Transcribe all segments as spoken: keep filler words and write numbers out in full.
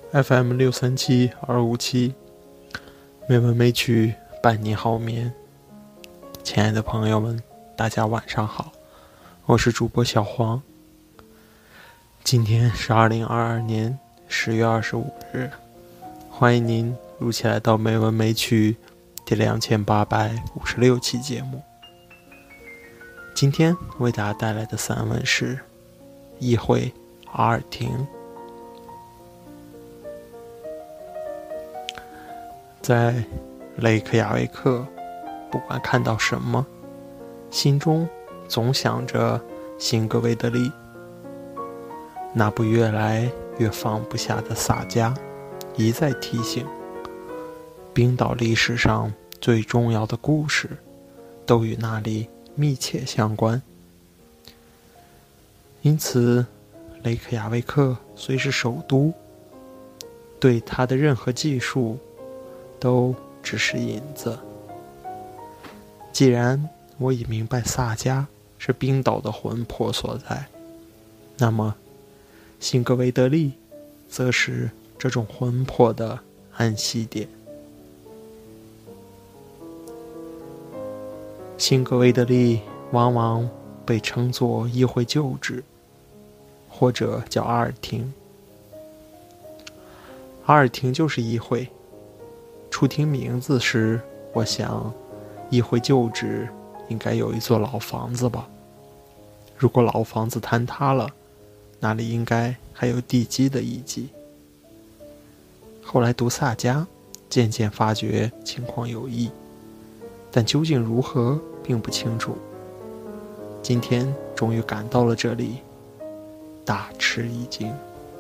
F M 六三七二五七，美文美曲伴你好眠。亲爱的朋友们，大家晚上好，我是主播小黄。今天是二零二二年十月二十五日，欢迎您如期来到美文美曲第两千八百五十六期节目。今天为大家带来的散文是议会阿尔廷。在雷克雅未克，不管看到什么，心中总想着辛格维德利。那部越来越放不下的萨迦一再提醒，冰岛历史上最重要的故事都与那里密切相关。因此雷克雅未克虽是首都，对它的任何技术都只是引子。既然我已明白萨迦是冰岛的魂魄所在，那么辛格维德利则是这种魂魄的安息点。辛格维德利往往被称作议会旧址，或者叫阿尔廷。阿尔廷就是议会。初听名字时，我想议会旧址应该有一座老房子吧。如果老房子坍塌了，那里应该还有地基的遗迹。后来读萨迦，渐渐发觉情况有异，但究竟如何并不清楚。今天终于赶到了这里，大吃一惊。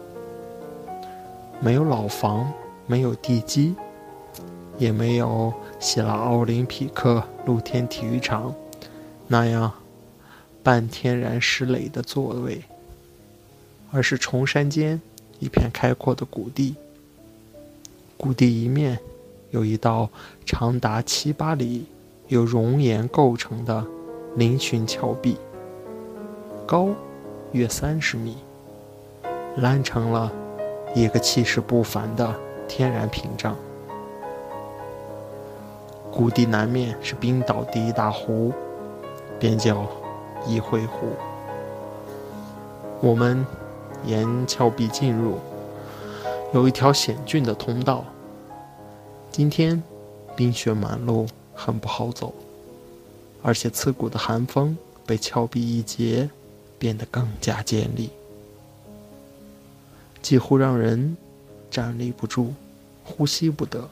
没有老房，没有地基，也没有希腊奥林匹克露天体育场那样半天然石垒的座位，而是崇山间一片开阔的谷地。谷地一面有一道长达七八里由熔岩构成的嶙峋峭壁，高约三十米，拦成了一个气势不凡的天然屏障。谷地南面是冰岛第一大湖，便叫议会湖。我们沿峭壁进入，有一条险峻的通道。今天冰雪满路，很不好走，而且刺骨的寒风被峭壁一截，变得更加尖利，几乎让人站立不住，呼吸不得。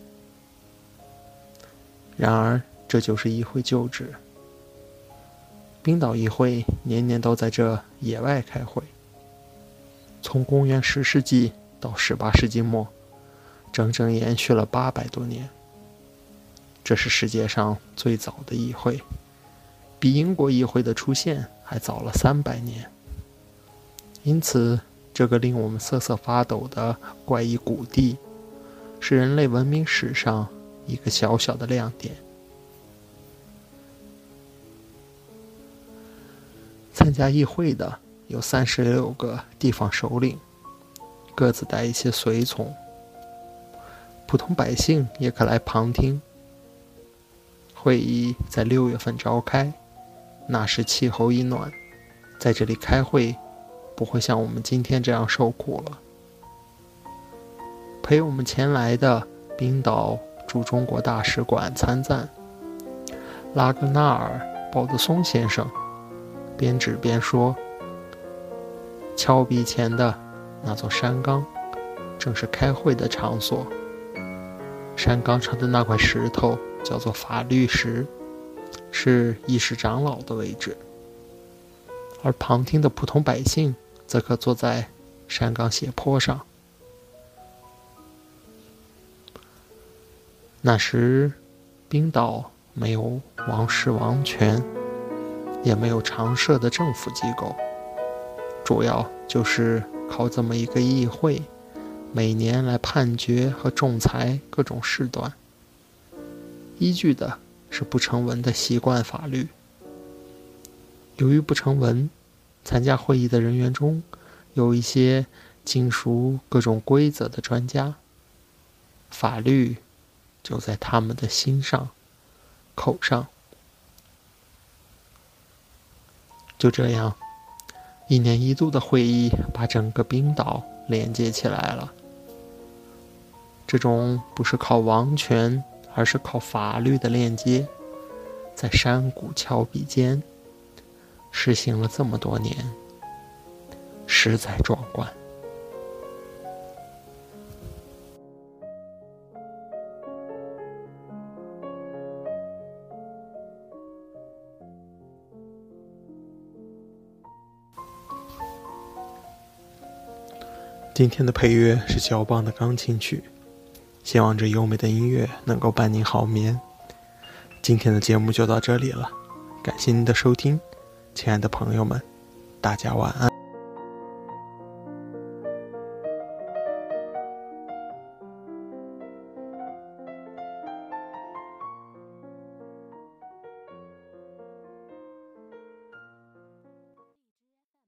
然而这就是议会旧址。冰岛议会年年都在这野外开会，从公元十世纪到十八世纪末，整整延续了八百多年。这是世界上最早的议会，比英国议会的出现还早了三百年。因此这个令我们瑟瑟发抖的怪异谷地，是人类文明史上一个小小的亮点。参加议会的有三十六个地方首领，各自带一些随从，普通百姓也可来旁听。会议在六月份召开，那时气候一暖，在这里开会不会像我们今天这样受苦了。陪我们前来的冰岛驻中国大使馆参赞拉格纳尔·鲍德松先生边指边说，峭壁前的那座山冈正是开会的场所，山冈上的那块石头叫做法律石，是议事长老的位置，而旁听的普通百姓则可坐在山冈斜坡上。那时冰岛没有王室王权，也没有常设的政府机构，主要就是靠这么一个议会，每年来判决和仲裁各种事端，依据的是不成文的习惯法律。由于不成文，参加会议的人员中有一些精熟各种规则的专家，法律就在他们的心上、口上。就这样，一年一度的会议把整个冰岛连接起来了。这种不是靠王权，而是靠法律的链接，在山谷峭壁间实行了这么多年，实在壮观。今天的配乐是肖邦的钢琴曲，希望这优美的音乐能够伴您好眠。今天的节目就到这里了，感谢您的收听，亲爱的朋友们，大家晚安。